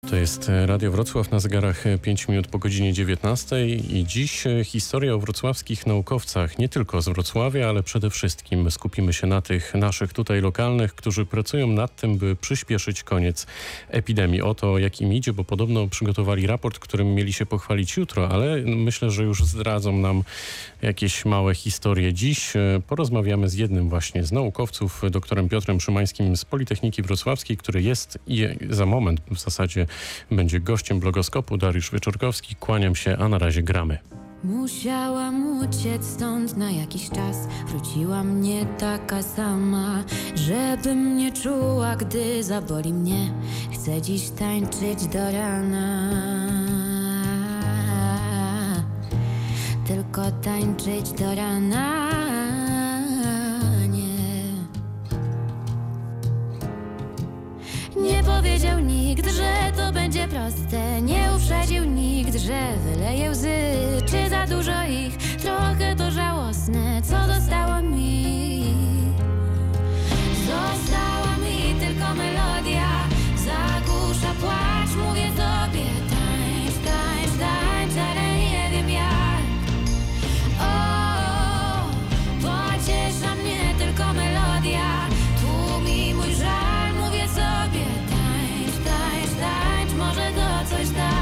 To jest Radio Wrocław, na zegarach 5 minut po godzinie 19 i dziś historia o wrocławskich naukowcach, nie tylko z Wrocławia, ale przede wszystkim skupimy się na tych naszych tutaj lokalnych, którzy pracują nad tym, by przyspieszyć koniec epidemii. O to, jak im idzie, bo podobno przygotowali raport, którym mieli się pochwalić jutro, ale myślę, że już zdradzą nam jakieś małe historie. Dziś porozmawiamy z jednym właśnie z naukowców, doktorem Piotrem Szymańskim z Politechniki Wrocławskiej, który jest i za moment w zasadzie będzie gościem blogoskopu. Dariusz Wieczorkowski, kłaniam się, a na razie gramy. Musiałam uciec stąd na jakiś czas. Wróciła mnie taka sama, żebym nie czuła, gdy zaboli mnie. Chcę dziś tańczyć do rana, tylko tańczyć do rana. Nie powiedział nikt, że to będzie proste. Nie uprzedził nikt, że wyleje łzy. Czy za dużo ich? Trochę to żałosne. Co zostało mi? Została mi tylko melodia. Zagłusza płacz, mówię sobie tańcz, tańcz, tańcz, ale nie wiem jak. O, pociesza mnie tylko melodia. Tłumi mój żal, mówię sobie tańcz, tańcz, tańcz, może to coś da.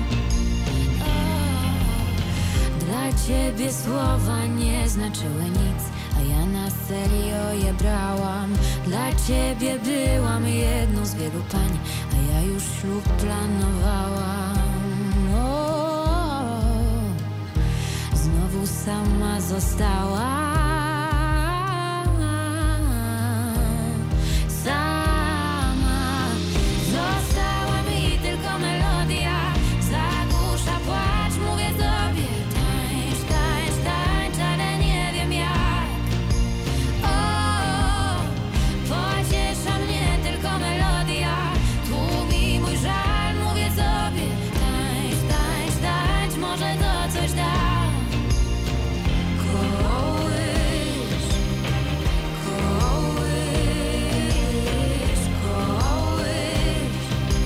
Dla ciebie słowa nie znaczyły nic, a ja na serio je brałam. Dla ciebie byłam jedną z wielu pań, a ja już ślub planowałam. O, znowu sama została. Sama została mi tylko melodia. Zagłusza płacz, mówię sobie tańcz, tańcz, tańcz, ale nie wiem jak. O, pociesza mnie tylko melodia. Tłumi mój żal, mówię sobie tańcz, tańcz, tańcz, może to coś da. Kołysz, kołysz, kołysz,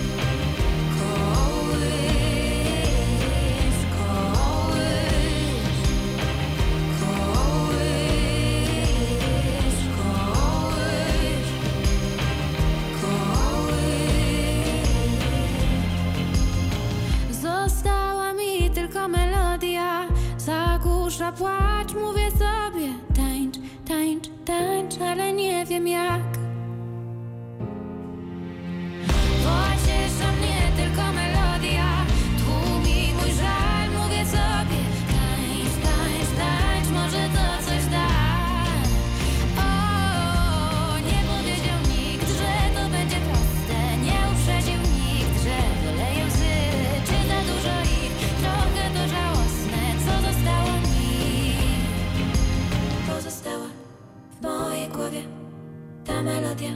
kołysz, kołysz, kołysz. Została mi tylko melodia. Zagłusza płacz, mówię sobie tańcz, tańcz, tańcz, ale nie wiem jak. Pociesza mnie tylko melodia. Tłumi mój żal, mówię sobie tańcz, tańcz, tańcz, może to coś da. O, nie powiedział nikt, że to będzie proste. Nie uprzedził nikt, że wyleje łzy. Czy za dużo ich? Trochę to żałosne. Co zostało mi? Pozostała w mojej głowie ta melodia.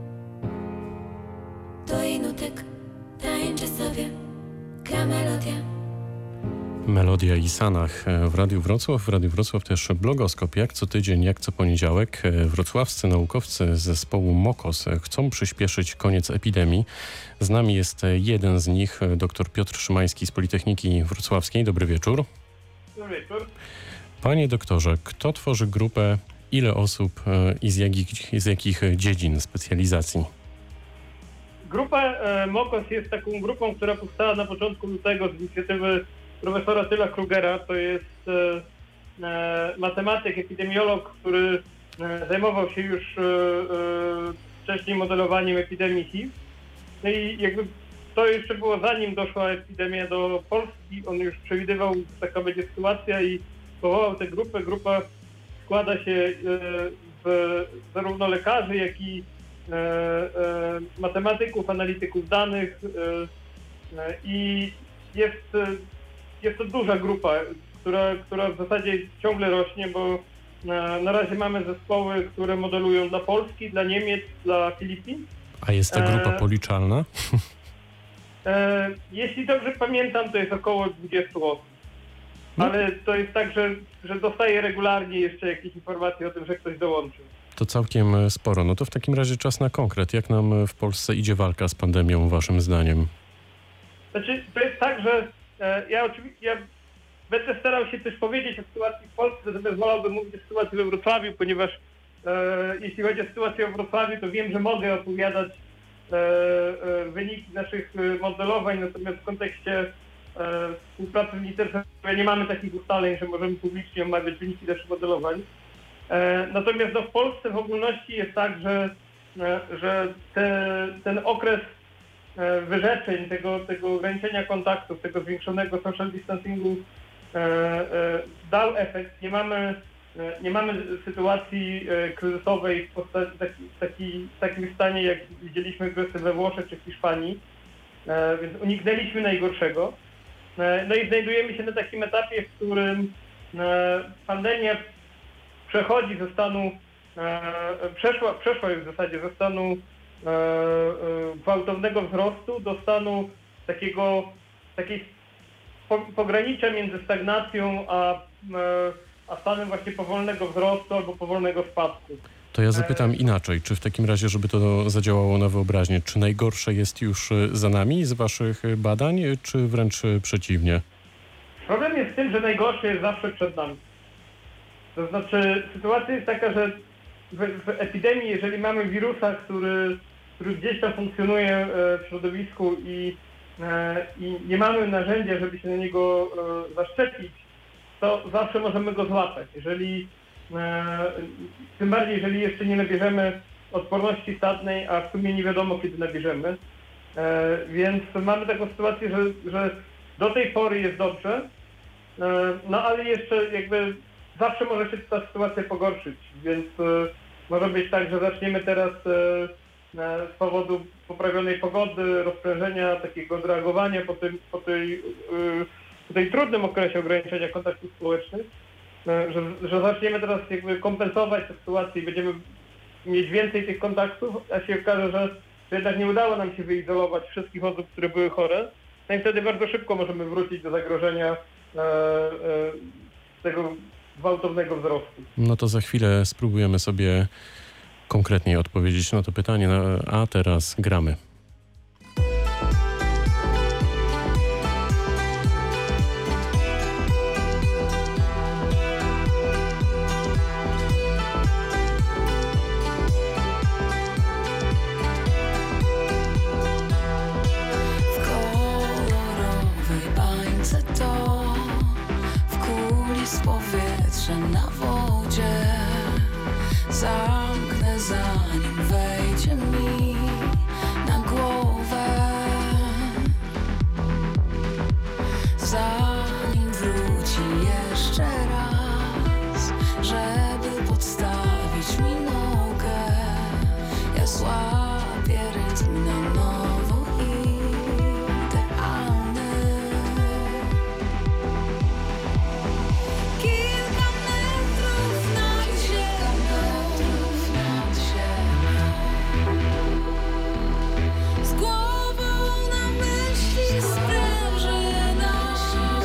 Do jej nutek tańczę sobie, gra melodia. Melodia i Sanach w Radiu Wrocław. W Radiu Wrocław też blogoskop. Jak co tydzień, jak co poniedziałek wrocławscy naukowcy z zespołu MOKOS chcą przyspieszyć koniec epidemii. Z nami jest jeden z nich, dr Piotr Szymański z Politechniki Wrocławskiej. Dobry wieczór. Dobry wieczór. Panie doktorze, kto tworzy grupę, ile osób i z jakich dziedzin specjalizacji? Grupa MOKOS jest taką grupą, która powstała na początku lutego z inicjatywy profesora Tyla Krugera. To jest matematyk, epidemiolog, który zajmował się już wcześniej modelowaniem epidemii HIV. No i jakby to jeszcze było zanim doszła epidemia do Polski. On już przewidywał, że taka będzie sytuacja i powołał tę grupę. Grupa składa się zarówno lekarzy, jak i matematyków, analityków danych i jest to duża grupa, która w zasadzie ciągle rośnie, bo na razie mamy zespoły, które modelują dla Polski, dla Niemiec, dla Filipin. A jest ta grupa policzalna? Jeśli dobrze pamiętam, to jest około 20 osób. Ale to jest tak, że dostaję regularnie jeszcze jakieś informacje o tym, że ktoś dołączył. To całkiem sporo. No to w takim razie czas na konkret. Jak nam w Polsce idzie walka z pandemią, waszym zdaniem? Znaczy, to jest tak, że ja będę starał się też powiedzieć o sytuacji w Polsce, natomiast wolałbym mówić o sytuacji we Wrocławiu, ponieważ jeśli chodzi o sytuację w Wrocławiu, to wiem, że mogę opowiadać wyniki naszych modelowań, natomiast w kontekście współpracy z Ministerstwem Zdrowia nie mamy takich ustaleń, że możemy publicznie omawiać wyniki naszych modelowań. Natomiast w Polsce w ogólności jest tak, że ten okres wyrzeczeń, tego ograniczenia kontaktów, tego zwiększonego social distancingu dał efekt. Nie mamy sytuacji kryzysowej w takim stanie, jak widzieliśmy we Włoszech czy w Hiszpanii, więc uniknęliśmy najgorszego. No i znajdujemy się na takim etapie, w którym pandemia przechodzi ze stanu, przeszła już w zasadzie ze stanu gwałtownego wzrostu do stanu takiej pogranicza między stagnacją a stanem właśnie powolnego wzrostu albo powolnego spadku. To ja zapytam inaczej, czy w takim razie, żeby to zadziałało na wyobraźnię, czy najgorsze jest już za nami z waszych badań, czy wręcz przeciwnie? Problem jest w tym, że najgorsze jest zawsze przed nami. To znaczy sytuacja jest taka, że w epidemii, jeżeli mamy wirusa, który gdzieś tam funkcjonuje w środowisku i nie mamy narzędzia, żeby się na niego zaszczepić, to zawsze możemy go złapać. Tym bardziej, jeżeli jeszcze nie nabierzemy odporności stadnej, a w sumie nie wiadomo, kiedy nabierzemy. Więc mamy taką sytuację, że do tej pory jest dobrze, no ale jeszcze jakby zawsze może się ta sytuacja pogorszyć, więc może być tak, że zaczniemy teraz z powodu poprawionej pogody, rozprężenia, takiego odreagowania po tej trudnym okresie ograniczenia kontaktów społecznych, że zaczniemy teraz jakby kompensować tę sytuację i będziemy mieć więcej tych kontaktów, a się okaże, że jednak nie udało nam się wyizolować wszystkich osób, które były chore, no i wtedy bardzo szybko możemy wrócić do zagrożenia tego gwałtownego wzrostu. No to za chwilę spróbujemy sobie konkretniej odpowiedzieć na to pytanie, a teraz gramy. Powietrze na wodzie zamknę, zanim wejdzie mi na głowę, zanim wróci jeszcze raz, żeby podstawić mi nogę. Ja złapię rytm na nowo idealny. Z głową na myśli sprężyna.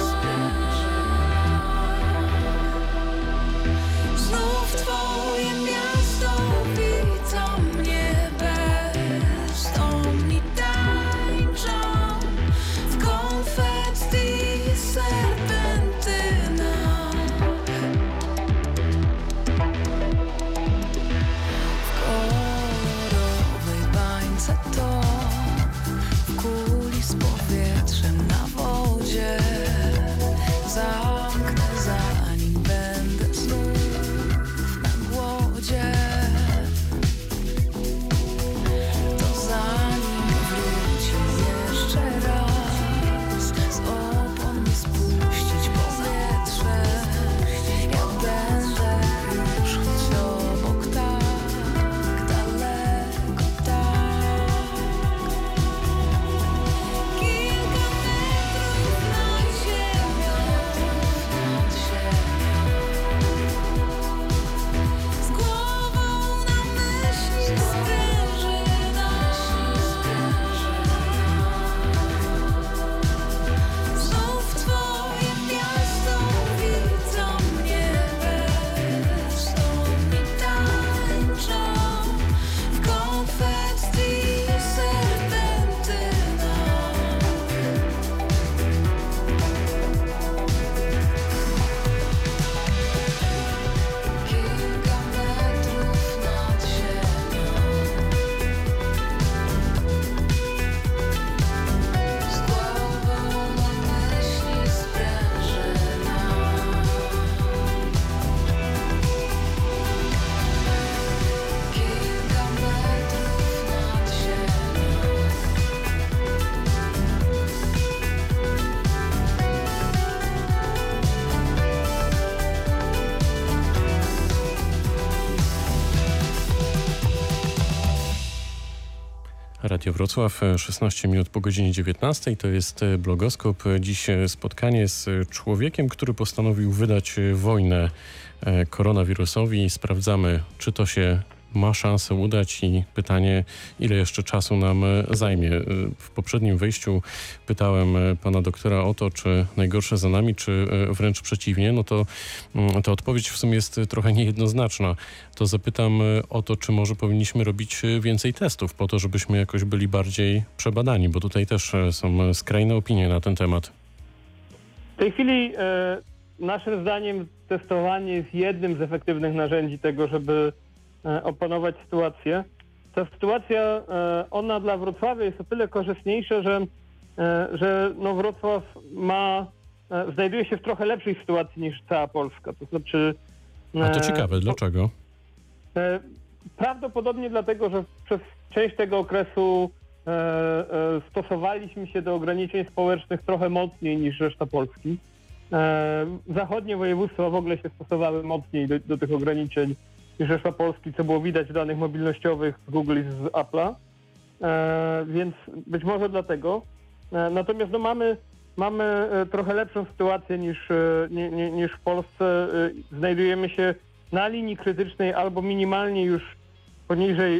Radio Wrocław, 16 minut po godzinie 19. To jest Blogoskop. Dziś spotkanie z człowiekiem, który postanowił wydać wojnę koronawirusowi. Sprawdzamy, czy to się ma szansę udać i pytanie, ile jeszcze czasu nam zajmie. W poprzednim wejściu pytałem pana doktora o to, czy najgorsze za nami, czy wręcz przeciwnie. No to ta odpowiedź w sumie jest trochę niejednoznaczna. To zapytam o to, czy może powinniśmy robić więcej testów po to, żebyśmy jakoś byli bardziej przebadani, bo tutaj też są skrajne opinie na ten temat. W tej chwili naszym zdaniem testowanie jest jednym z efektywnych narzędzi tego, żeby opanować sytuację. Ta sytuacja, ona dla Wrocławia jest o tyle korzystniejsza, że Wrocław znajduje się w trochę lepszej sytuacji niż cała Polska. To znaczy... A to ciekawe, dlaczego? Prawdopodobnie dlatego, że przez część tego okresu stosowaliśmy się do ograniczeń społecznych trochę mocniej niż reszta Polski. Zachodnie województwa w ogóle się stosowały mocniej do tych ograniczeń niż reszta Polski, co było widać w danych mobilnościowych z Google i z Apple'a, więc być może dlatego. Natomiast mamy trochę lepszą sytuację niż w Polsce. Znajdujemy się na linii krytycznej albo minimalnie już poniżej,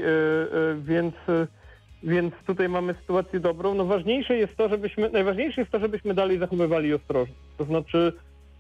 więc tutaj mamy sytuację dobrą. Najważniejsze jest to, żebyśmy dalej zachowywali ostrożność. To znaczy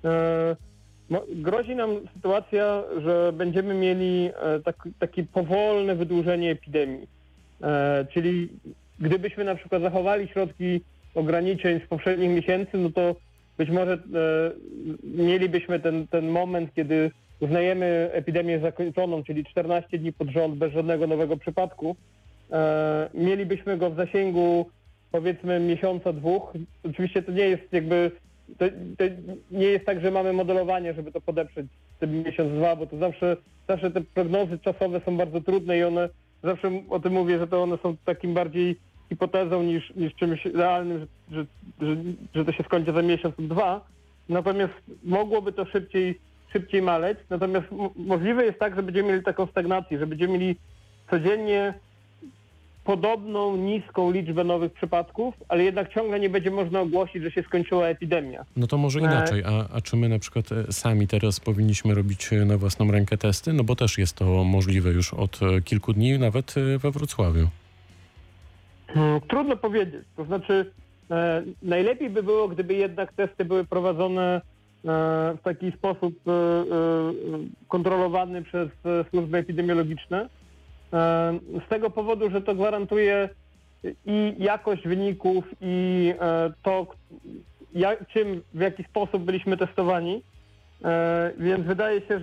grozi nam sytuacja, że będziemy mieli takie powolne wydłużenie epidemii. Czyli gdybyśmy na przykład zachowali środki ograniczeń z poprzednich miesięcy, no to być może mielibyśmy ten moment, kiedy uznajemy epidemię zakończoną, czyli 14 dni pod rząd bez żadnego nowego przypadku. Mielibyśmy go w zasięgu powiedzmy miesiąca, dwóch. Oczywiście to nie jest to nie jest tak, że mamy modelowanie, żeby to podeprzeć ten miesiąc, dwa, bo to zawsze te prognozy czasowe są bardzo trudne i one, zawsze o tym mówię, że to one są takim bardziej hipotezą niż czymś realnym, że to się skończy za miesiąc lub dwa. Natomiast mogłoby to szybciej maleć. Natomiast możliwe jest tak, że będziemy mieli taką stagnację, że będziemy mieli codziennie podobną, niską liczbę nowych przypadków, ale jednak ciągle nie będzie można ogłosić, że się skończyła epidemia. No to może inaczej. A czy my na przykład sami teraz powinniśmy robić na własną rękę testy? No bo też jest to możliwe już od kilku dni, nawet we Wrocławiu. Trudno powiedzieć. To znaczy najlepiej by było, gdyby jednak testy były prowadzone w taki sposób kontrolowany przez służby epidemiologiczne. Z tego powodu, że to gwarantuje i jakość wyników, i to, w jaki sposób byliśmy testowani. Więc wydaje się,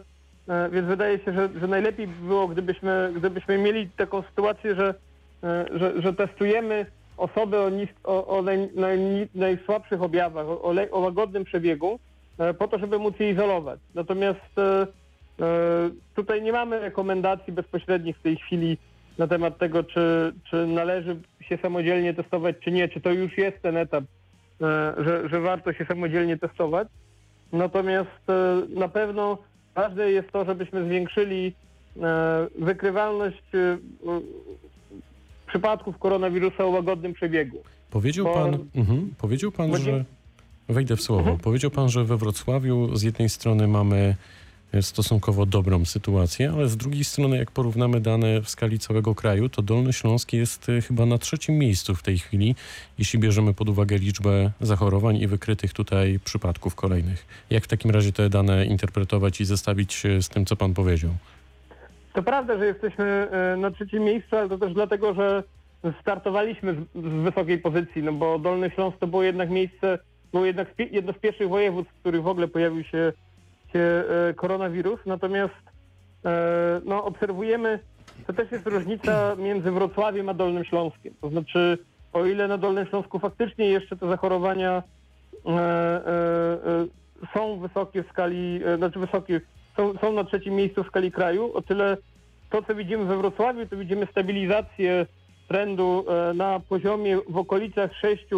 że najlepiej by było, gdybyśmy mieli taką sytuację, że testujemy osoby o najsłabszych objawach, o łagodnym przebiegu, po to, żeby móc je izolować. Natomiast tutaj nie mamy rekomendacji bezpośrednich w tej chwili na temat tego, czy należy się samodzielnie testować, czy nie, czy to już jest ten etap, że warto się samodzielnie testować. Natomiast na pewno ważne jest to, żebyśmy zwiększyli wykrywalność przypadków koronawirusa o łagodnym przebiegu. Powiedział pan, że... Wejdę w słowo. Powiedział pan, że we Wrocławiu z jednej strony mamy stosunkowo dobrą sytuację, ale z drugiej strony, jak porównamy dane w skali całego kraju, to Dolny Śląsk jest chyba na 3. miejscu w tej chwili, jeśli bierzemy pod uwagę liczbę zachorowań i wykrytych tutaj przypadków kolejnych. Jak w takim razie te dane interpretować i zestawić z tym, co pan powiedział? To prawda, że jesteśmy na 3. miejscu, ale to też dlatego, że startowaliśmy z wysokiej pozycji, no bo Dolny Śląsk to było jednak jedno z pierwszych województw, w których w ogóle pojawił się koronawirus, natomiast obserwujemy, to też jest różnica między Wrocławiem a Dolnym Śląskiem. To znaczy, o ile na Dolnym Śląsku faktycznie jeszcze te zachorowania są wysokie w skali, są na 3. miejscu w skali kraju, o tyle to, co widzimy we Wrocławiu, to widzimy stabilizację trendu na poziomie w okolicach 6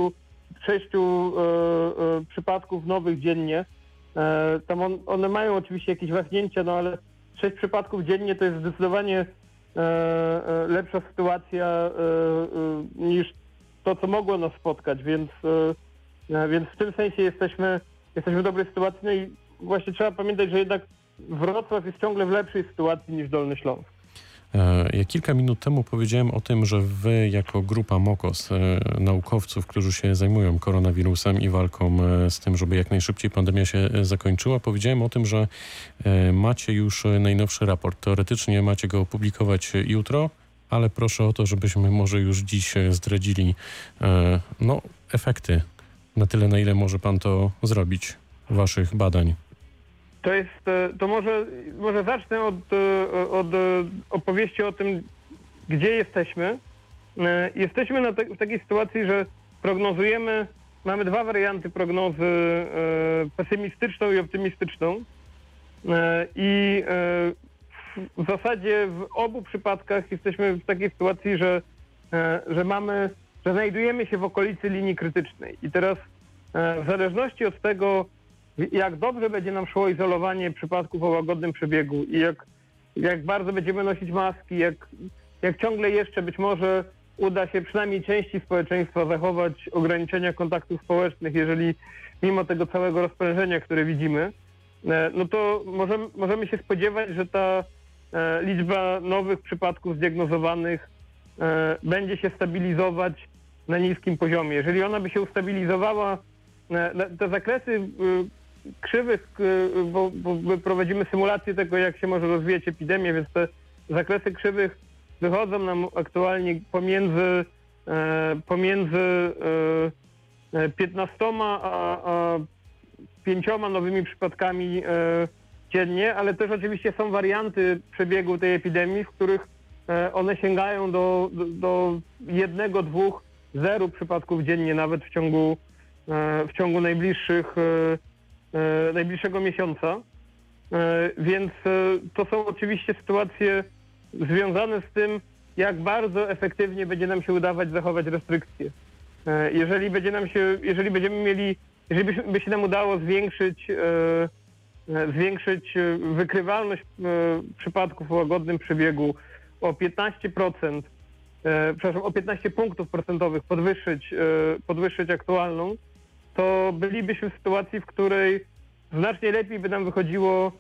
przypadków nowych dziennie. Tam one mają oczywiście jakieś wahnięcia, no ale 6 przypadków dziennie to jest zdecydowanie lepsza sytuacja niż to, co mogło nas spotkać, więc w tym sensie jesteśmy w dobrej sytuacji. No i właśnie trzeba pamiętać, że jednak Wrocław jest ciągle w lepszej sytuacji niż Dolny Śląsk. Ja kilka minut temu powiedziałem o tym, że wy jako grupa MOKOS, naukowców, którzy się zajmują koronawirusem i walką z tym, żeby jak najszybciej pandemia się zakończyła, powiedziałem o tym, że macie już najnowszy raport. Teoretycznie macie go opublikować jutro, ale proszę o to, żebyśmy może już dziś zdradzili efekty na tyle, na ile może pan to zrobić, waszych badań. To może zacznę od opowieści o tym, gdzie jesteśmy. Jesteśmy w takiej sytuacji, że prognozujemy, mamy dwa warianty prognozy, pesymistyczną i optymistyczną. I w zasadzie w obu przypadkach jesteśmy w takiej sytuacji, że znajdujemy się w okolicy linii krytycznej. I teraz w zależności od tego, jak dobrze będzie nam szło izolowanie przypadków o łagodnym przebiegu i jak bardzo będziemy nosić maski, jak ciągle jeszcze być może uda się przynajmniej części społeczeństwa zachować ograniczenia kontaktów społecznych, jeżeli mimo tego całego rozprężenia, które widzimy, no to możemy się spodziewać, że ta liczba nowych przypadków zdiagnozowanych będzie się stabilizować na niskim poziomie. Jeżeli ona by się ustabilizowała, te zakresy krzywych, bo my prowadzimy symulację tego, jak się może rozwijać epidemia, więc te zakresy krzywych wychodzą nam aktualnie pomiędzy 15 a 5 nowymi przypadkami dziennie, ale też oczywiście są warianty przebiegu tej epidemii, w których one sięgają do 1, 2, 0 przypadków dziennie, nawet w ciągu najbliższego miesiąca. Więc to są oczywiście sytuacje związane z tym, jak bardzo efektywnie będzie nam się udawać zachować restrykcje. Jeżeli by się nam udało zwiększyć wykrywalność przypadków o łagodnym przebiegu o 15%, o 15 punktów procentowych podwyższyć aktualną, to bylibyśmy w sytuacji, w której znacznie lepiej by nam wychodziło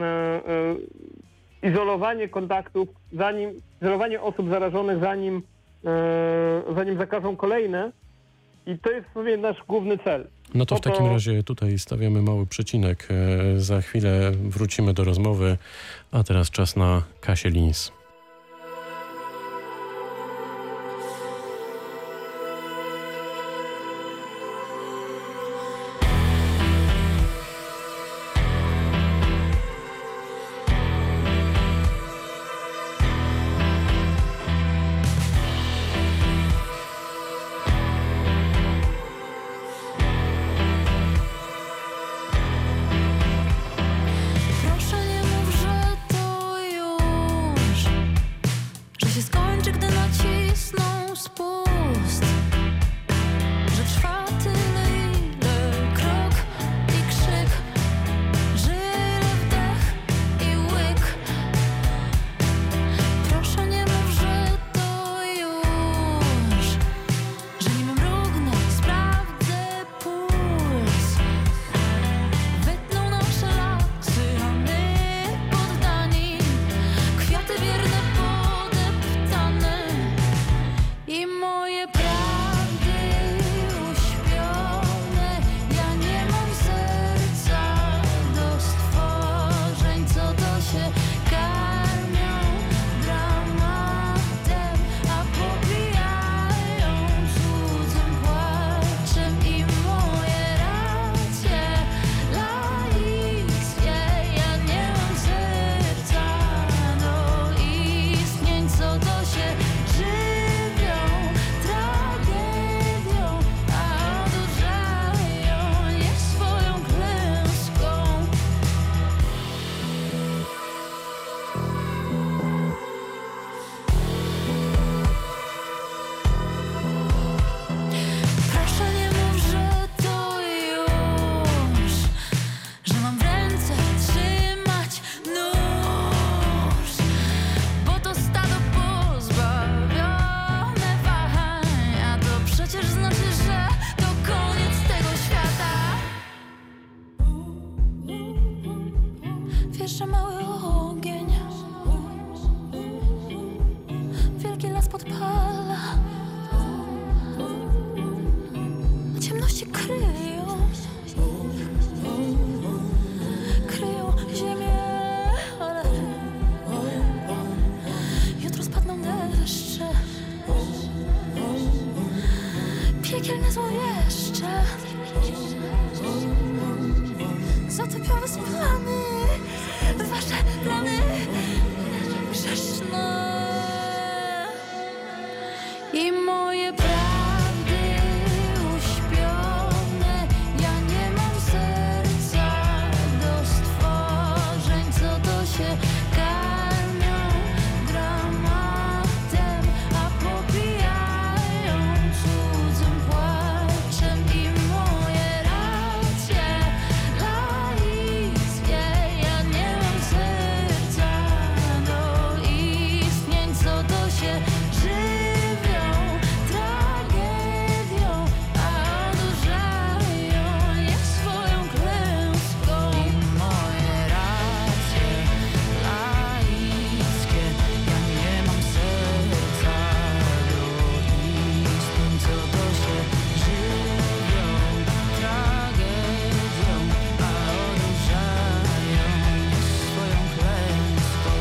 izolowanie kontaktów, izolowanie osób zarażonych, zanim zakażą kolejne. I to jest sobie nasz główny cel. No to w takim razie tutaj stawiamy mały przecinek. Za chwilę wrócimy do rozmowy, a teraz czas na Kasię Lins. Proszę nie mów, że to już kryją ziemię, ale jutro spadną deszcze, piekielne zło jeszcze, zatopione z plany, wasze plany grzeszne i moje prawdy uśpione. Ja nie mam serca do stworzeń, co to się karmią dramatem, a popijają cudzym płaczem. I moje racje laickie, ja nie mam serca do istnień, co to się żywią tragedią, a odurzają je swoją klęską. I moje racje laickie, ja nie mam serca do istnień, co to się żywią tragedią, a odurzają je swoją klęską.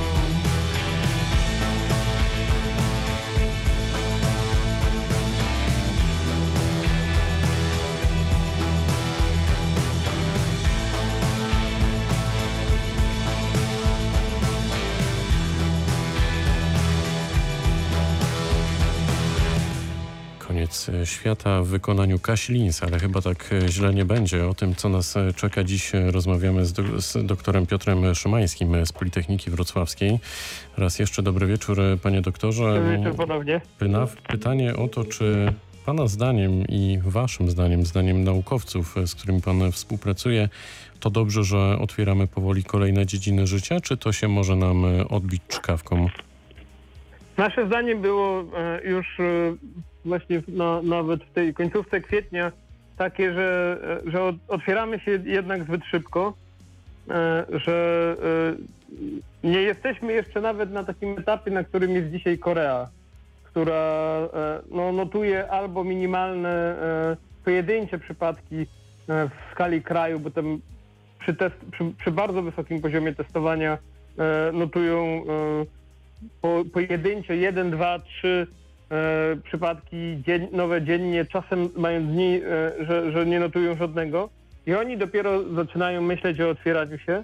Koniec świata w wykonaniu Kasi Lins, ale chyba tak źle nie będzie. O tym, co nas czeka dziś, rozmawiamy z doktorem Piotrem Szymańskim z Politechniki Wrocławskiej. Raz jeszcze dobry wieczór, panie doktorze. Dobry wieczór ponownie. Pytanie o to, czy pana zdaniem i waszym zdaniem, zdaniem naukowców, z którymi pan współpracuje, to dobrze, że otwieramy powoli kolejne dziedziny życia, czy to się może nam odbić czkawką? Nasze zdanie było już właśnie nawet w tej końcówce kwietnia takie, że otwieramy się jednak zbyt szybko, że nie jesteśmy jeszcze nawet na takim etapie, na którym jest dzisiaj Korea, która notuje albo minimalne, pojedyncze przypadki w skali kraju, bo tam przy bardzo wysokim poziomie testowania notują pojedyncze 1, 2, 3 przypadki nowe dziennie, czasem mają dni, że nie notują żadnego i oni dopiero zaczynają myśleć o otwieraniu się.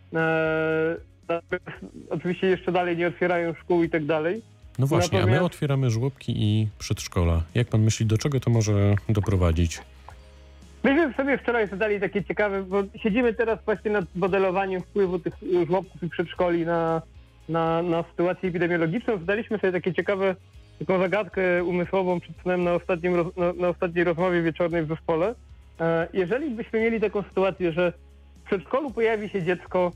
Oczywiście jeszcze dalej nie otwierają szkół i tak dalej. No właśnie, a my otwieramy żłobki i przedszkola. Jak pan myśli, do czego to może doprowadzić? Myśmy sobie wczoraj zadali takie ciekawe, bo siedzimy teraz właśnie nad modelowaniem wpływu tych żłobków i przedszkoli na sytuację epidemiologiczną. Zadaliśmy sobie taką zagadkę umysłową przed snem na ostatniej rozmowie wieczornej w zespole. Jeżeli byśmy mieli taką sytuację, że w przedszkolu pojawi się dziecko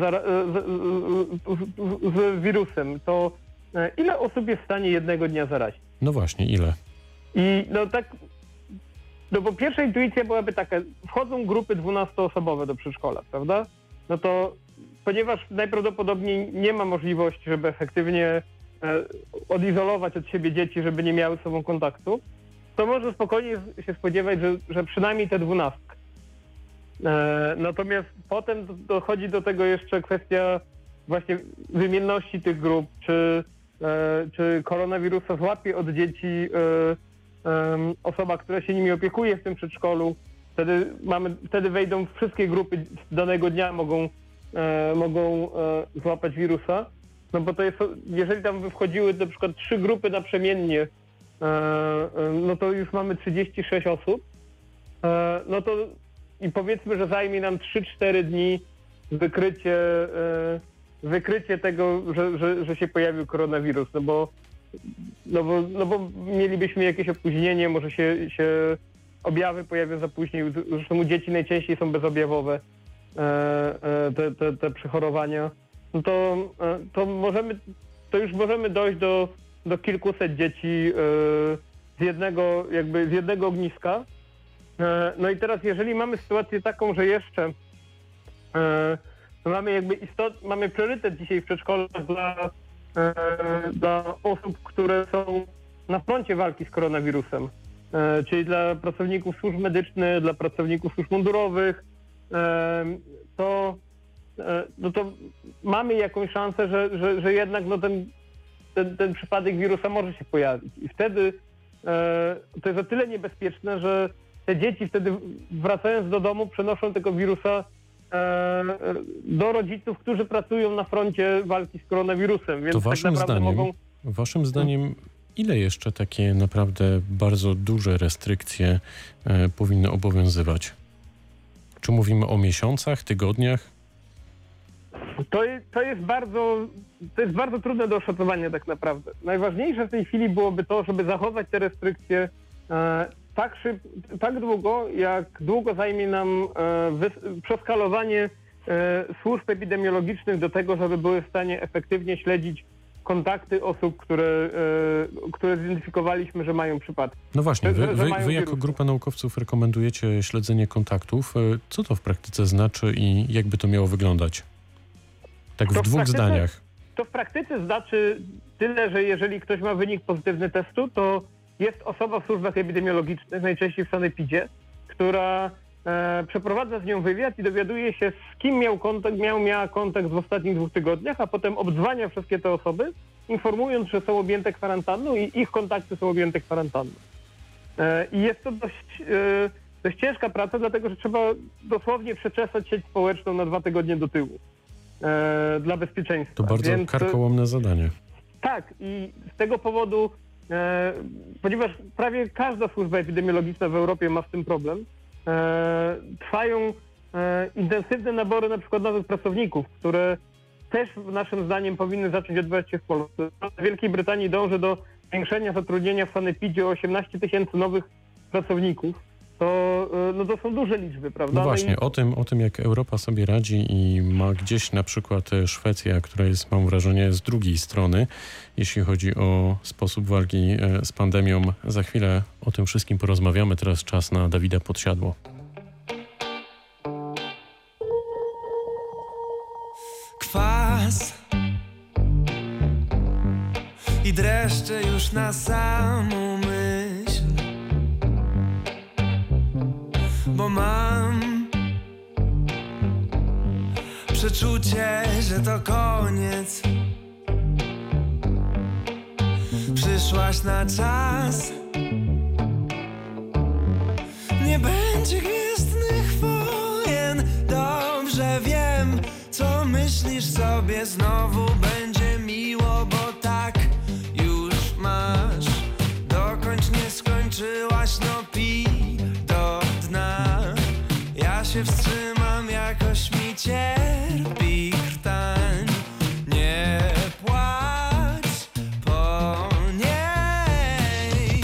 z wirusem, to ile osób jest w stanie jednego dnia zarazić? No właśnie, ile? I bo pierwsza intuicja byłaby taka, wchodzą grupy 12-osobowe do przedszkola, prawda? No to ponieważ najprawdopodobniej nie ma możliwości, żeby efektywnie odizolować od siebie dzieci, żeby nie miały z sobą kontaktu, to można spokojnie się spodziewać, że przynajmniej te 12. Natomiast potem dochodzi do tego jeszcze kwestia właśnie wymienności tych grup, czy koronawirusa złapie od dzieci osoba, która się nimi opiekuje w tym przedszkolu. Wtedy wejdą wszystkie grupy danego dnia, mogą złapać wirusa. No bo to jest, jeżeli tam by wchodziły na przykład 3 grupy naprzemiennie, no to już mamy 36 osób. No to i powiedzmy, że zajmie nam 3-4 dni wykrycie tego, że się pojawił koronawirus, no bo mielibyśmy jakieś opóźnienie, może się objawy pojawią za później, zresztą u dzieci najczęściej są bezobjawowe te przechorowania, no to już możemy dojść do kilkuset dzieci z jednego ogniska. No i teraz jeżeli mamy sytuację taką, że jeszcze mamy priorytet dzisiaj w przedszkolach dla osób, które są na froncie walki z koronawirusem. czyli dla pracowników służb medycznych, dla pracowników służb mundurowych, to mamy jakąś szansę, że jednak ten przypadek wirusa może się pojawić. I wtedy to jest o tyle niebezpieczne, że te dzieci wtedy wracając do domu przenoszą tego wirusa do rodziców, którzy pracują na froncie walki z koronawirusem. Więc to tak naprawdę waszym zdaniem ile jeszcze takie naprawdę bardzo duże restrykcje powinny obowiązywać? Czy mówimy o miesiącach, tygodniach? To jest bardzo trudne do oszacowania tak naprawdę. Najważniejsze w tej chwili byłoby to, żeby zachować te restrykcje tak długo, jak długo zajmie nam przeskalowanie służb epidemiologicznych do tego, żeby były w stanie efektywnie śledzić kontakty osób, które zidentyfikowaliśmy, że mają przypadki. No właśnie, wy jako grupa naukowców rekomendujecie śledzenie kontaktów. Co to w praktyce znaczy i jakby to miało wyglądać? Tak w dwóch zdaniach. To w praktyce znaczy tyle, że jeżeli ktoś ma wynik pozytywny testu, to jest osoba w służbach epidemiologicznych, najczęściej w sanepidzie, która przeprowadza z nią wywiad i dowiaduje się, z kim miała kontakt w ostatnich 2 tygodniach, a potem obdzwania wszystkie te osoby, informując, że są objęte kwarantanną i ich kontakty są objęte kwarantanną. I jest to dość ciężka praca, dlatego że trzeba dosłownie przeczesać sieć społeczną na 2 tygodnie do tyłu dla bezpieczeństwa. To bardzo karkołomne zadanie. Tak, i z tego powodu, ponieważ prawie każda służba epidemiologiczna w Europie ma z tym problem, trwają intensywne nabory na przykład nowych pracowników, które też naszym zdaniem powinny zacząć odbywać się w Polsce. W Wielkiej Brytanii dąży do zwiększenia zatrudnienia w sanepidzie o 18 000 nowych pracowników. To są duże liczby, prawda? No właśnie, o tym jak Europa sobie radzi i ma gdzieś na przykład Szwecja, która jest, mam wrażenie, z drugiej strony, jeśli chodzi o sposób walki z pandemią. Za chwilę o tym wszystkim porozmawiamy. Teraz czas na Dawida Podsiadło. Kwas i dreszcze już na samą myśl, bo mam przeczucie, że to koniec. Przyszłaś na czas, nie będzie gwiezdnych wojen. Dobrze wiem, co myślisz sobie, znowu będzie miło, bo tak już masz. Dokończ, nie skończyłaś, no pij do dna. Ja się wstrzymam, jakoś mi cierpi krtań. Nie płacz po niej.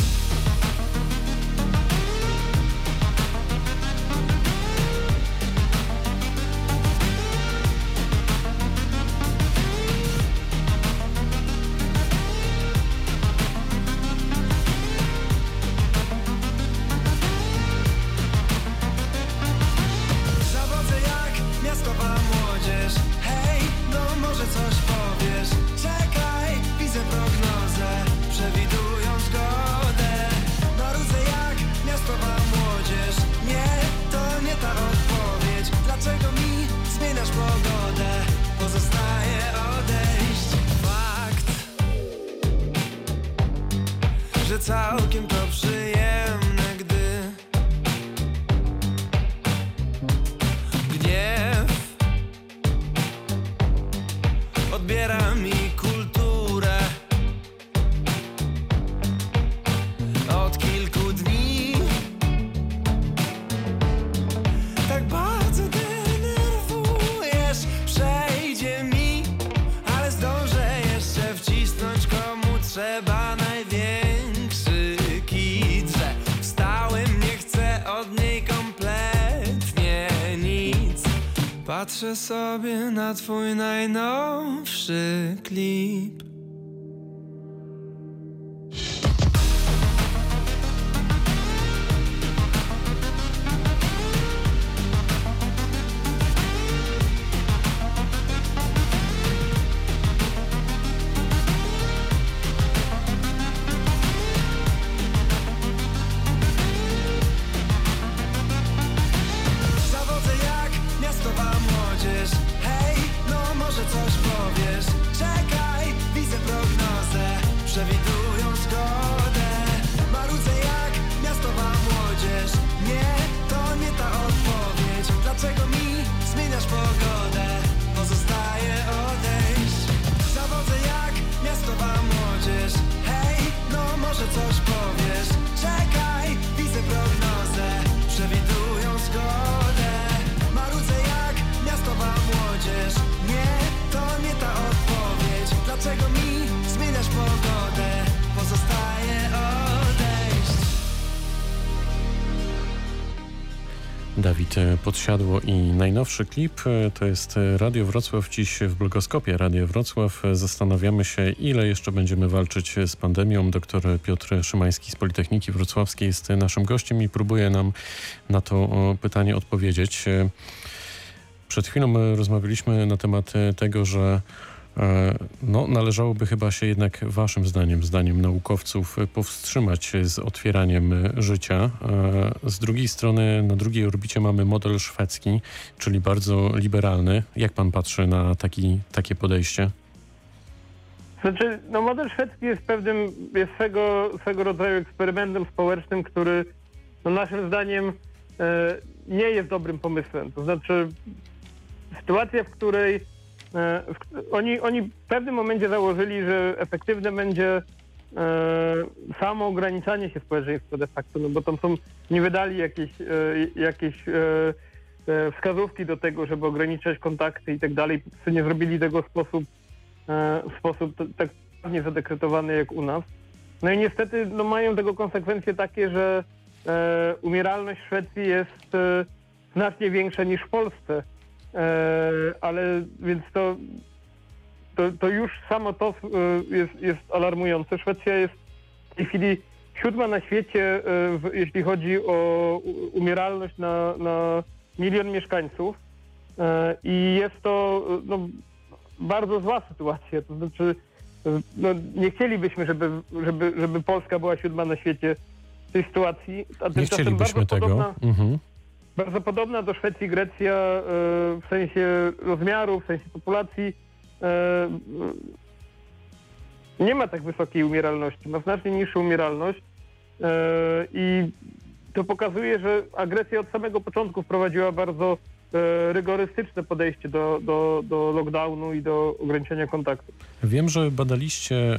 Zawodzę jak miastowa młodzież. Hej, no może coś powiesz. Czekaj, widzę prognozę, przewidują zgodę. Marudzę jak miastowa młodzież. Nie, to nie ta odpowiedź. Dlaczego mi zmieniasz pogodę? Pozostaje odejść. Fakt, że całkiem to przyjemne, gdy gniew odbiera mi kulturę. Od kilku dni tak bardzo denerwujesz. Przejdzie mi, ale zdążę jeszcze wcisnąć, komu trzeba największy kit, że wstałem, nie chcę od niej kompletnie nic. Patrzę sobie na twój najnowszy klip. Dawid Podsiadło i najnowszy klip to jest Radio Wrocław. Dziś w blogoskopie Radio Wrocław zastanawiamy się, ile jeszcze będziemy walczyć z pandemią. Doktor Piotr Szymański z Politechniki Wrocławskiej jest naszym gościem i próbuje nam na to pytanie odpowiedzieć. Przed chwilą rozmawialiśmy na temat tego, że należałoby chyba się jednak waszym zdaniem naukowców powstrzymać z otwieraniem życia. Z drugiej strony na drugiej orbicie mamy model szwedzki, czyli bardzo liberalny. Jak pan patrzy na takie podejście? Znaczy, model szwedzki jest swego rodzaju eksperymentem społecznym, który naszym zdaniem nie jest dobrym pomysłem. To znaczy sytuacja, w której oni w pewnym momencie założyli, że efektywne będzie samo ograniczanie się społeczeństwa de facto, bo tam nie wydali jakieś wskazówki do tego, żeby ograniczać kontakty i tak dalej, po prostu nie zrobili tego w sposób tak nie zadekretowany jak u nas. No i niestety mają tego konsekwencje takie, że umieralność w Szwecji jest znacznie większa niż w Polsce. Ale więc to już samo to jest alarmujące. Szwecja jest w tej chwili 7. na świecie, jeśli chodzi o umieralność na 1 milion mieszkańców i jest to bardzo zła sytuacja. To znaczy nie chcielibyśmy, żeby Polska była 7. na świecie w tej sytuacji, a nie chcielibyśmy tego. Bardzo podobna do Szwecji Grecja w sensie rozmiaru, w sensie populacji nie ma tak wysokiej umieralności, ma znacznie niższą umieralność i to pokazuje, że Grecja od samego początku wprowadziła bardzo rygorystyczne podejście do lockdownu i do ograniczenia kontaktów. Wiem, że badaliście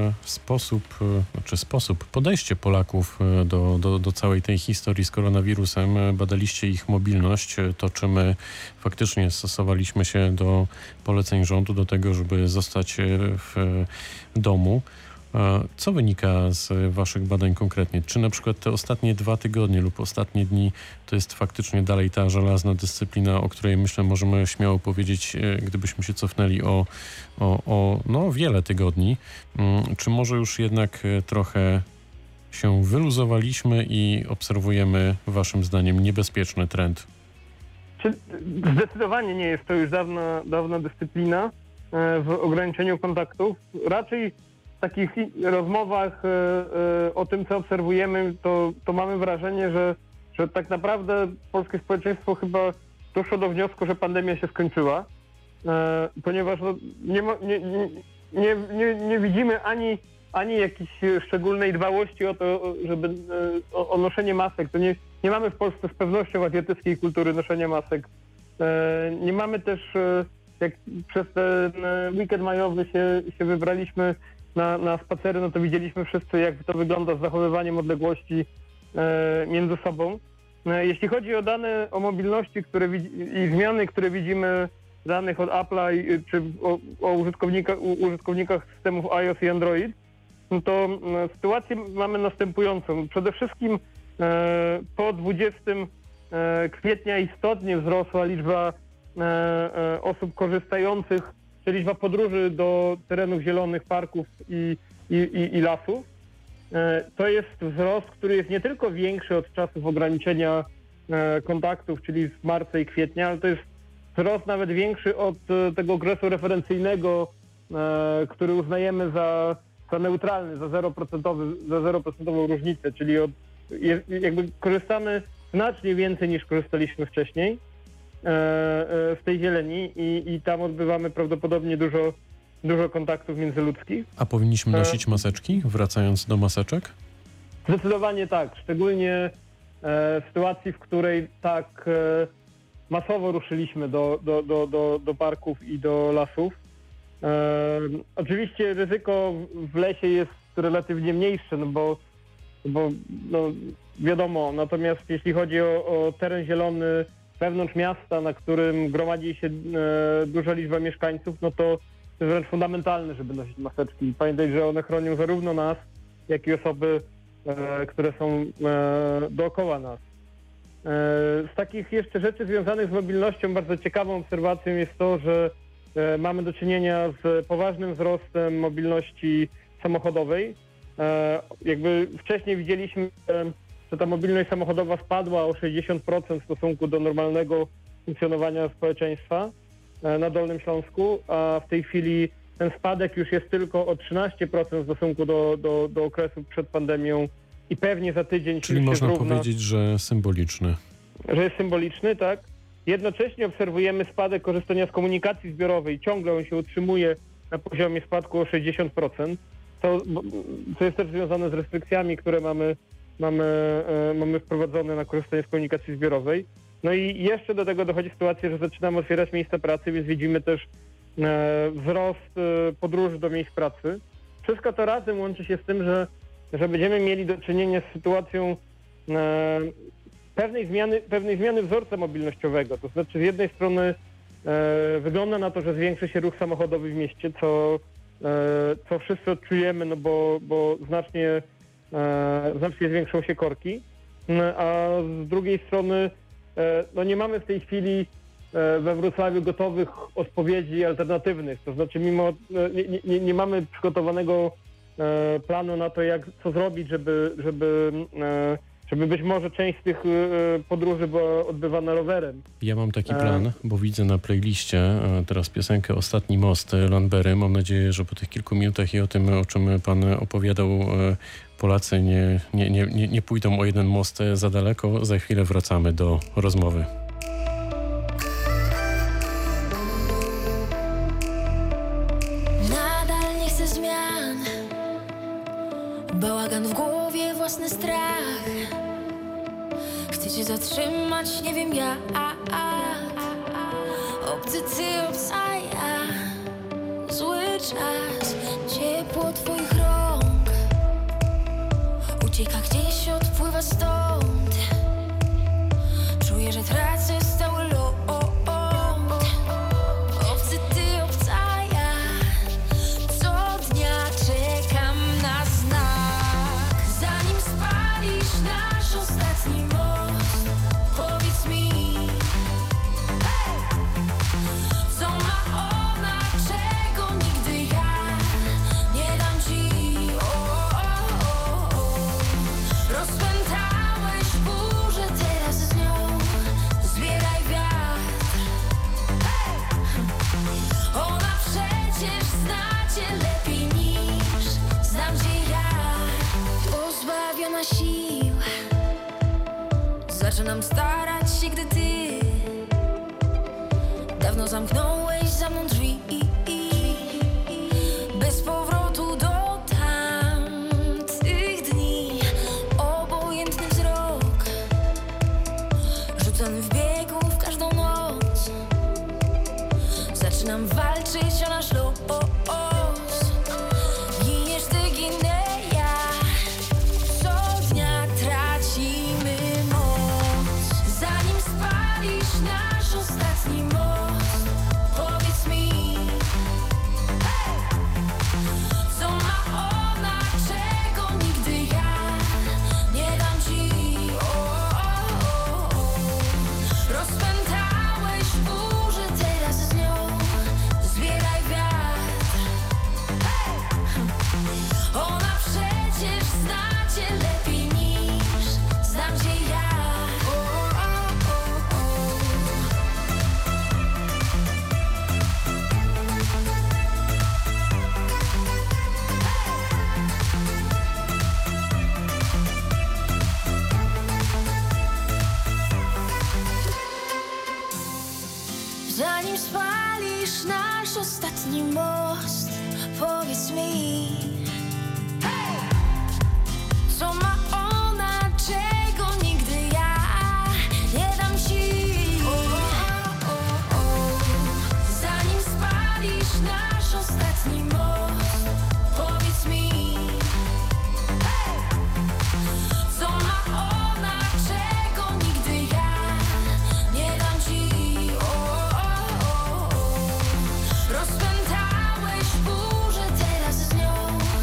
podejście Polaków do całej tej historii z koronawirusem. Badaliście ich mobilność, to czy my faktycznie stosowaliśmy się do poleceń rządu, do tego, żeby zostać w domu. Co wynika z waszych badań konkretnie? Czy na przykład te ostatnie 2 tygodnie lub ostatnie dni to jest faktycznie dalej ta żelazna dyscyplina, o której myślę możemy śmiało powiedzieć, gdybyśmy się cofnęli o wiele tygodni? Czy może już jednak trochę się wyluzowaliśmy i obserwujemy waszym zdaniem niebezpieczny trend? Zdecydowanie nie jest to już dawna dyscyplina w ograniczeniu kontaktów. Raczej w takich rozmowach o tym, co obserwujemy, to mamy wrażenie, że tak naprawdę polskie społeczeństwo chyba doszło do wniosku, że pandemia się skończyła, ponieważ nie widzimy ani jakiejś szczególnej dbałości o to, żeby o noszenie masek. To nie mamy w Polsce z pewnością azjatyckiej kultury noszenia masek. Nie mamy też, jak przez ten weekend majowy się wybraliśmy na spacery, to widzieliśmy wszyscy, jak to wygląda z zachowywaniem odległości między sobą. Jeśli chodzi o dane o mobilności i zmiany, które widzimy danych od Apple'a czy o użytkownikach systemów iOS i Android, to sytuację mamy następującą. Przede wszystkim po 20 kwietnia istotnie wzrosła liczba osób korzystających, czyli liczba podróży do terenów zielonych, parków i lasów. To jest wzrost, który jest nie tylko większy od czasów ograniczenia kontaktów, czyli z marca i kwietnia, ale to jest wzrost nawet większy od tego okresu referencyjnego, który uznajemy za neutralny, za 0% różnicę, czyli jakby korzystamy znacznie więcej niż korzystaliśmy wcześniej z tej zieleni i tam odbywamy prawdopodobnie dużo kontaktów międzyludzkich. A powinniśmy nosić maseczki, wracając do maseczek? Zdecydowanie tak, szczególnie w sytuacji, w której tak masowo ruszyliśmy do parków i do lasów. Oczywiście ryzyko w lesie jest relatywnie mniejsze, bo wiadomo, natomiast jeśli chodzi o teren zielony wewnątrz miasta, na którym gromadzi się duża liczba mieszkańców, to jest wręcz fundamentalne, żeby nosić maseczki i pamiętać, że one chronią zarówno nas, jak i osoby, które są dookoła nas. Z takich jeszcze rzeczy związanych z mobilnością bardzo ciekawą obserwacją jest to, że mamy do czynienia z poważnym wzrostem mobilności samochodowej. Jakby wcześniej widzieliśmy, że ta mobilność samochodowa spadła o 60% w stosunku do normalnego funkcjonowania społeczeństwa na Dolnym Śląsku, a w tej chwili ten spadek już jest tylko o 13% w stosunku do okresu przed pandemią i pewnie za tydzień Czyli się można zrówna, powiedzieć, że symboliczny. że jest symboliczny, tak? Jednocześnie obserwujemy spadek korzystania z komunikacji zbiorowej. Ciągle on się utrzymuje na poziomie spadku o 60%. To jest też związane z restrykcjami, które mamy wprowadzone na korzystanie z komunikacji zbiorowej. No i jeszcze do tego dochodzi sytuacja, że zaczynamy otwierać miejsca pracy, więc widzimy też wzrost podróży do miejsc pracy. Wszystko to razem łączy się z tym, że będziemy mieli do czynienia z sytuacją pewnej zmiany wzorca mobilnościowego. To znaczy z jednej strony wygląda na to, że zwiększy się ruch samochodowy w mieście, co wszyscy odczujemy, no bo znacznie zwiększą się korki, a z drugiej strony no nie mamy w tej chwili we Wrocławiu gotowych odpowiedzi alternatywnych. To znaczy nie mamy przygotowanego planu na to, co zrobić, żeby być może część z tych podróży była odbywana rowerem. Ja mam taki plan, bo widzę na playliście teraz piosenkę Ostatni most Lanbery. Mam nadzieję, że po tych kilku minutach i o tym, o czym pan opowiadał, Polacy nie pójdą o jeden most za daleko. Za chwilę wracamy do rozmowy. Nadal nie chcę zmian. Bałagan w głowie, własny strach. Chcę cię zatrzymać, nie wiem ja. Obcy ty, obca ja. Zły czas, ciepło twoich rąk ucieka gdzieś, odpływa stąd. Czuję, że tracę stały ląd. Obcy ty, obca ja. Co dnia czekam na znak. Zanim spalisz nasz ostatni most, powiedz mi, co ma ona, czego nigdy ja nie dam ci. Rozpętałeś burzę, teraz z nią zbieraj wiatr. Ona przecież zna cię lepiej niż znam cię ja. Pozbawiona sił zaczynam starać się, gdy ty dawno zamknąłeś za mną drzwi. Bez powrotu do tamtych dni. Obojętny wzrok rzucany w biegu w każdą noc. Zaczynam walczyć o nasz los. Giniesz ty, ginę ja. Co dnia tracimy moc. Zanim spalisz nasz ostatni most, powiedz mi, co ma ona, czego nigdy ja nie dam ci. Rozpętałeś burzę, teraz z nią zbieraj wiatr. Ona przecież zna cię lepiej niż znam cię ja. Zanim spalisz nasz ostatni most, powiedz mi, co ma ona, czego nigdy ja nie dam ci. Zanim spalisz nasz ostatni most, powiedz mi, co ma ona, czego nigdy ja nie dam ci. Rozpętałeś burzę, teraz z nią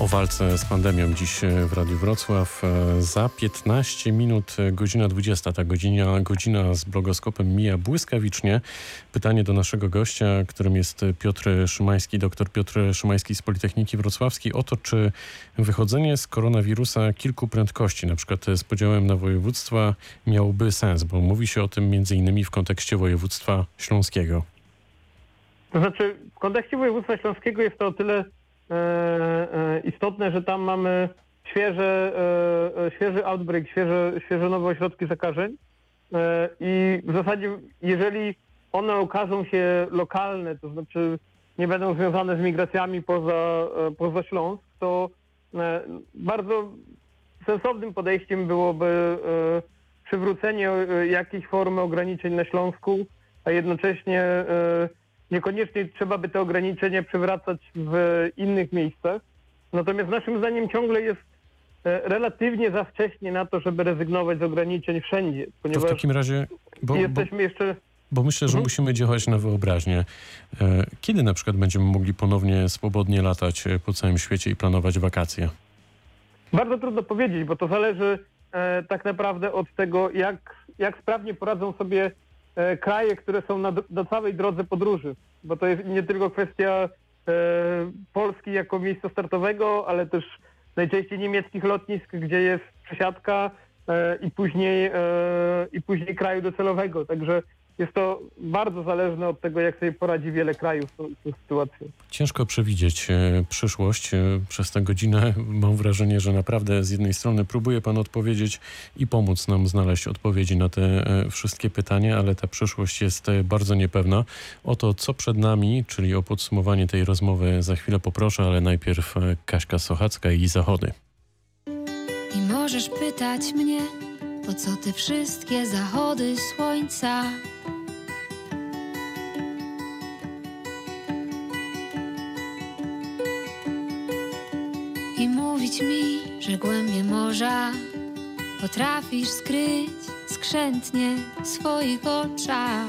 o walce z pandemią dziś w Radiu Wrocław. Za 15 minut godzina 20. Ta godzina z blogoskopem mija błyskawicznie. Pytanie do naszego gościa, którym jest Piotr Szymański, dr Piotr Szymański z Politechniki Wrocławskiej, o to, czy wychodzenie z koronawirusa kilku prędkości, na przykład z podziałem na województwa, miałoby sens, bo mówi się o tym między innymi w kontekście województwa śląskiego. To znaczy, w kontekście województwa śląskiego jest to o tyle istotne, że tam mamy świeży outbreak, świeże nowe ośrodki zakażeń i w zasadzie jeżeli one okażą się lokalne, to znaczy nie będą związane z migracjami poza Śląsk, to bardzo sensownym podejściem byłoby przywrócenie jakiejś formy ograniczeń na Śląsku, a jednocześnie niekoniecznie trzeba by te ograniczenia przywracać w innych miejscach. Natomiast naszym zdaniem ciągle jest relatywnie za wcześnie na to, żeby rezygnować z ograniczeń wszędzie. Ponieważ to w takim razie, bo myślę, że musimy działać na wyobraźnię. Kiedy na przykład będziemy mogli ponownie swobodnie latać po całym świecie i planować wakacje? Bardzo trudno powiedzieć, bo to zależy tak naprawdę od tego, jak sprawnie poradzą sobie kraje, które są na całej drodze podróży. Bo to jest nie tylko kwestia Polski jako miejsca startowego, ale też najczęściej niemieckich lotnisk, gdzie jest przesiadka i później kraju docelowego. Także jest to bardzo zależne od tego, jak sobie poradzi wiele krajów z tą sytuacją. Ciężko przewidzieć przyszłość. Przez tę godzinę mam wrażenie, że naprawdę z jednej strony próbuje pan odpowiedzieć i pomóc nam znaleźć odpowiedzi na te wszystkie pytania, ale ta przyszłość jest bardzo niepewna. O to, co przed nami, czyli o podsumowanie tej rozmowy za chwilę poproszę, ale najpierw Kaśka Sochacka i Zachody. I możesz pytać mnie, po co te wszystkie zachody słońca? I mówić mi, że głębie morza potrafisz skryć skrzętnie w swoich oczach.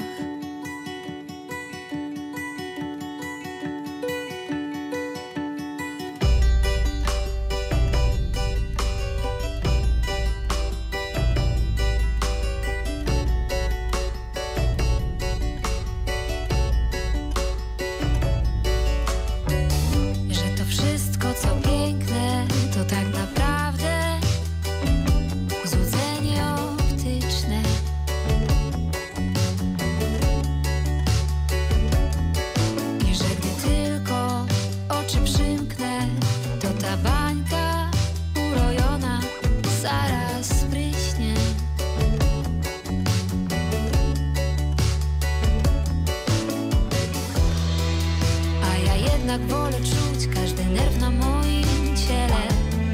Wolę czuć każdy nerw na moim ciele,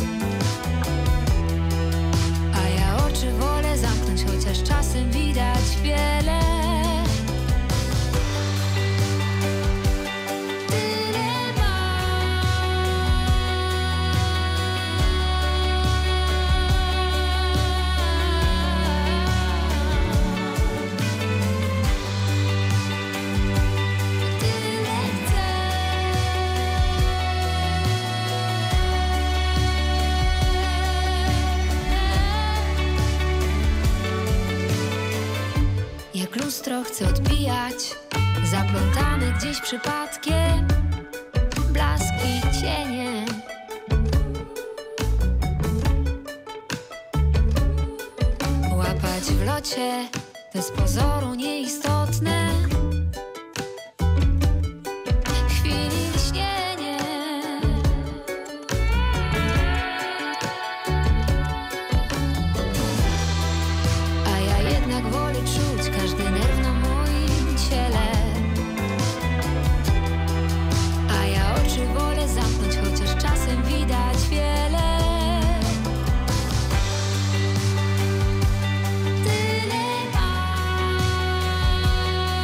a ja oczy wolę zamknąć, chociaż czasem widać wiele. Lustro chcę odbijać, zaplątane gdzieś przypadkiem blaski, cienie. Łapać w locie te z pozoru nieistotne chwili śnienie. A ja jednak wolę czuć każdy nerw na moim ciele, a ja oczy wolę zamknąć, chociaż czasem widać wiele. Tyle mam.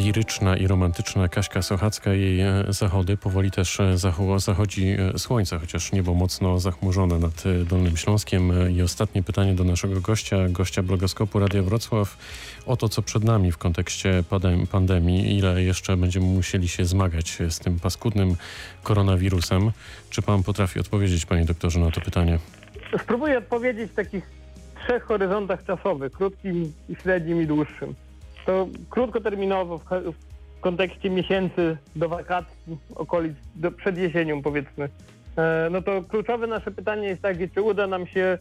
liryczna i romantyczna Kaśka Sochacka, jej zachody. Powoli też zachodzi słońce, chociaż niebo mocno zachmurzone nad Dolnym Śląskiem. I ostatnie pytanie do naszego gościa blogoskopu Radia Wrocław o to, co przed nami w kontekście pandemii. Ile jeszcze będziemy musieli się zmagać z tym paskudnym koronawirusem? Czy pan potrafi odpowiedzieć, panie doktorze, na to pytanie? Spróbuję odpowiedzieć w takich 3 horyzontach czasowych, krótkim, średnim i dłuższym. To krótkoterminowo w kontekście miesięcy do wakacji, okolic, przed jesienią powiedzmy. No to kluczowe nasze pytanie jest takie, czy uda nam się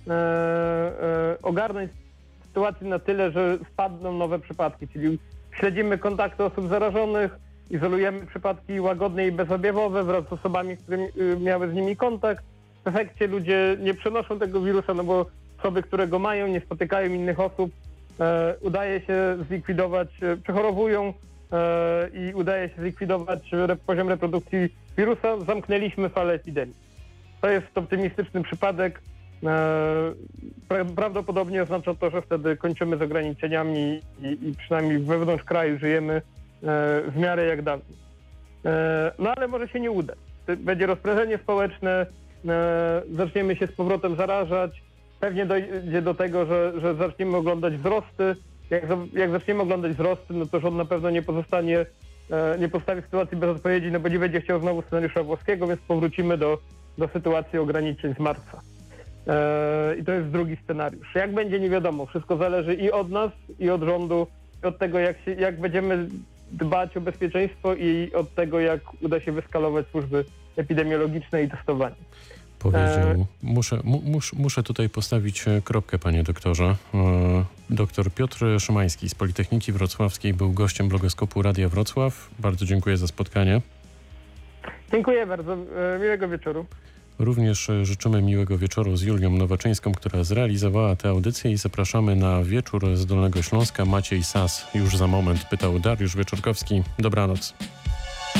ogarnąć sytuację na tyle, że spadną nowe przypadki, czyli śledzimy kontakty osób zarażonych, izolujemy przypadki łagodne i bezobjawowe wraz z osobami, które miały z nimi kontakt. W efekcie ludzie nie przenoszą tego wirusa, no bo osoby, które go mają, nie spotykają innych osób, udaje się zlikwidować, przechorowują i udaje się zlikwidować poziom reprodukcji wirusa. Zamknęliśmy falę epidemii. To jest optymistyczny przypadek. Prawdopodobnie oznacza to, że wtedy kończymy z ograniczeniami i przynajmniej wewnątrz kraju żyjemy w miarę jak dawniej. No ale może się nie udać. Będzie rozprężenie społeczne, zaczniemy się z powrotem zarażać, pewnie dojdzie do tego, że zaczniemy oglądać wzrosty. Jak zaczniemy oglądać wzrosty, no to rząd na pewno nie pozostawi sytuacji bez odpowiedzi, no bo nie będzie chciał znowu scenariusza włoskiego, więc powrócimy do sytuacji ograniczeń z marca. I to jest drugi scenariusz. Jak będzie, nie wiadomo. Wszystko zależy i od nas, i od rządu, i od tego, jak będziemy dbać o bezpieczeństwo i od tego, jak uda się wyskalować służby epidemiologiczne i testowanie. Powiedział. Muszę tutaj postawić kropkę, panie doktorze. Doktor Piotr Szymański z Politechniki Wrocławskiej był gościem blogoskopu Radia Wrocław. Bardzo dziękuję za spotkanie. Dziękuję bardzo. Miłego wieczoru. Również życzymy miłego wieczoru z Julią Nowaczyńską, która zrealizowała tę audycję, i zapraszamy na wieczór z Dolnego Śląska. Maciej Sas już za moment, pytał Dariusz Wieczorkowski. Dobranoc.